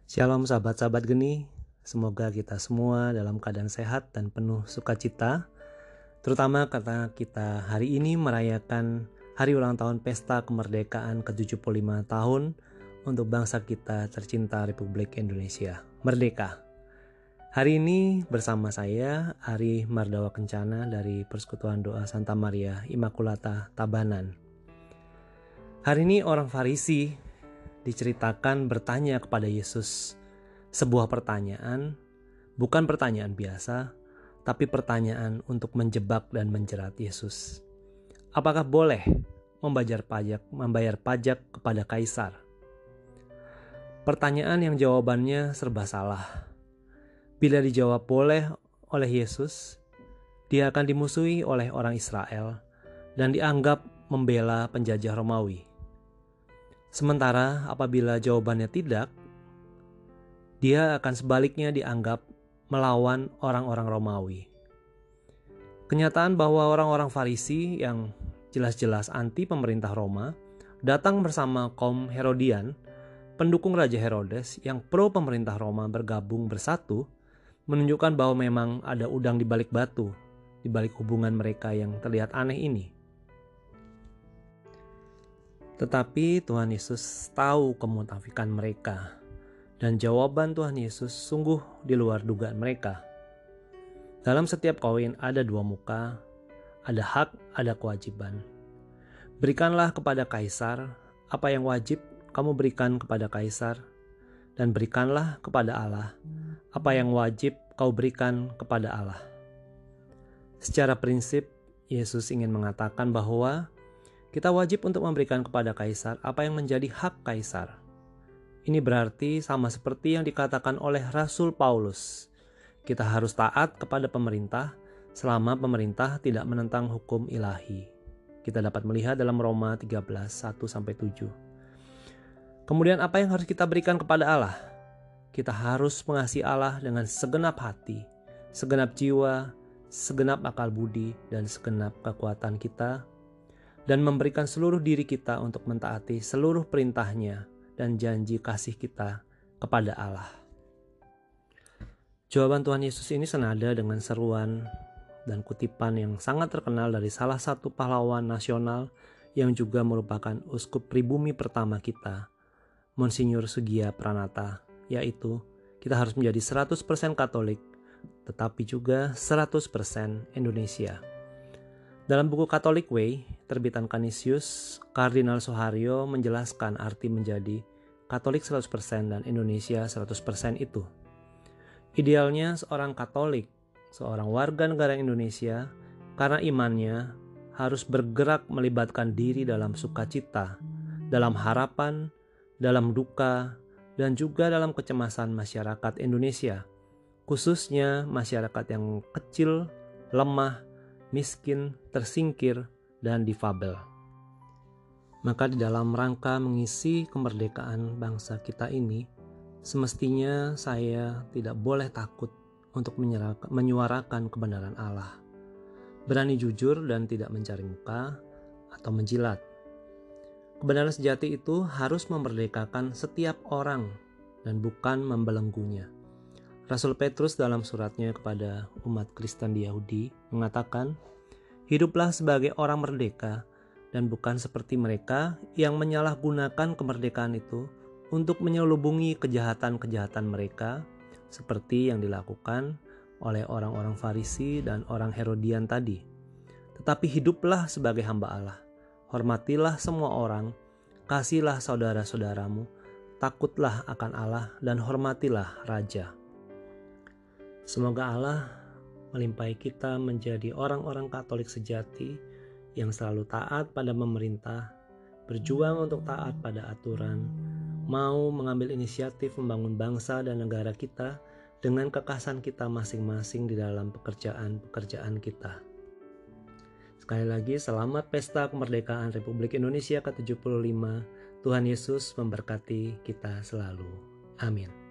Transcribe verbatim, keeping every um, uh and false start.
Shalom sahabat-sahabat geni, semoga kita semua dalam keadaan sehat dan penuh sukacita, terutama karena kita hari ini merayakan hari ulang tahun Pesta Kemerdekaan ke tujuh puluh lima tahun untuk bangsa kita tercinta Republik Indonesia, Merdeka. Hari ini bersama saya Ari Mardawa Kencana dari Persekutuan Doa Santa Maria Immaculata Tabanan. Hari ini orang Farisi diceritakan bertanya kepada Yesus sebuah pertanyaan, bukan pertanyaan biasa, tapi pertanyaan untuk menjebak dan menjerat Yesus. Apakah boleh membayar pajak, membayar pajak kepada kaisar? Pertanyaan yang jawabannya serba salah. Bila dijawab boleh oleh Yesus, dia akan dimusuhi oleh orang Israel dan dianggap membela penjajah Romawi. Sementara apabila jawabannya tidak, dia akan sebaliknya dianggap melawan orang-orang Romawi. Kenyataan bahwa orang-orang Farisi yang jelas-jelas anti pemerintah Roma datang bersama kaum Herodian, pendukung Raja Herodes yang pro pemerintah Roma bergabung bersatu, menunjukkan bahwa memang ada udang di balik batu, di balik hubungan mereka yang terlihat aneh ini. Tetapi Tuhan Yesus tahu kemunafikan mereka, dan jawaban Tuhan Yesus sungguh di luar dugaan mereka. Dalam setiap koin ada dua muka, ada hak, ada kewajiban. Berikanlah kepada kaisar apa yang wajib kamu berikan kepada kaisar, dan berikanlah kepada Allah apa yang wajib kau berikan kepada Allah. Secara prinsip, Yesus ingin mengatakan bahwa kita wajib untuk memberikan kepada kaisar apa yang menjadi hak kaisar. Ini berarti sama seperti yang dikatakan oleh Rasul Paulus. Kita harus taat kepada pemerintah selama pemerintah tidak menentang hukum ilahi. Kita dapat melihat dalam Roma tiga belas, satu sampai tujuh. Kemudian apa yang harus kita berikan kepada Allah? Kita harus mengasihi Allah dengan segenap hati, segenap jiwa, segenap akal budi, dan segenap kekuatan kita, dan memberikan seluruh diri kita untuk mentaati seluruh perintahnya dan janji kasih kita kepada Allah. Jawaban Tuhan Yesus ini senada dengan seruan dan kutipan yang sangat terkenal dari salah satu pahlawan nasional yang juga merupakan uskup pribumi pertama kita, Monsinyur Sugiya Pranata, yaitu kita harus menjadi seratus persen Katolik, tetapi juga seratus persen Indonesia. Dalam buku Catholic Way, terbitan Canisius, Kardinal Sohario menjelaskan arti menjadi Katolik seratus persen dan Indonesia seratus persen itu. Idealnya seorang Katolik, seorang warga negara Indonesia, karena imannya harus bergerak melibatkan diri dalam sukacita, dalam harapan, dalam duka, dan juga dalam kecemasan masyarakat Indonesia, khususnya masyarakat yang kecil, lemah, miskin, tersingkir, dan difabel. Maka di dalam rangka mengisi kemerdekaan bangsa kita ini, semestinya saya tidak boleh takut untuk menyuarakan kebenaran Allah. Berani jujur dan tidak mencari muka atau menjilat. Kebenaran sejati itu harus memerdekakan setiap orang dan bukan membelenggunya. Rasul Petrus dalam suratnya kepada umat Kristen di Yahudi mengatakan, hiduplah sebagai orang merdeka dan bukan seperti mereka yang menyalahgunakan kemerdekaan itu untuk menyelubungi kejahatan-kejahatan mereka seperti yang dilakukan oleh orang-orang Farisi dan orang Herodian tadi. Tetapi hiduplah sebagai hamba Allah, hormatilah semua orang, kasihlah saudara-saudaramu, takutlah akan Allah dan hormatilah Raja. Semoga Allah melimpahi kita menjadi orang-orang Katolik sejati yang selalu taat pada pemerintah, berjuang untuk taat pada aturan, mau mengambil inisiatif membangun bangsa dan negara kita dengan kekhasan kita masing-masing di dalam pekerjaan-pekerjaan kita. Sekali lagi, selamat Pesta Kemerdekaan Republik Indonesia ke tujuh puluh lima. Tuhan Yesus memberkati kita selalu. Amin.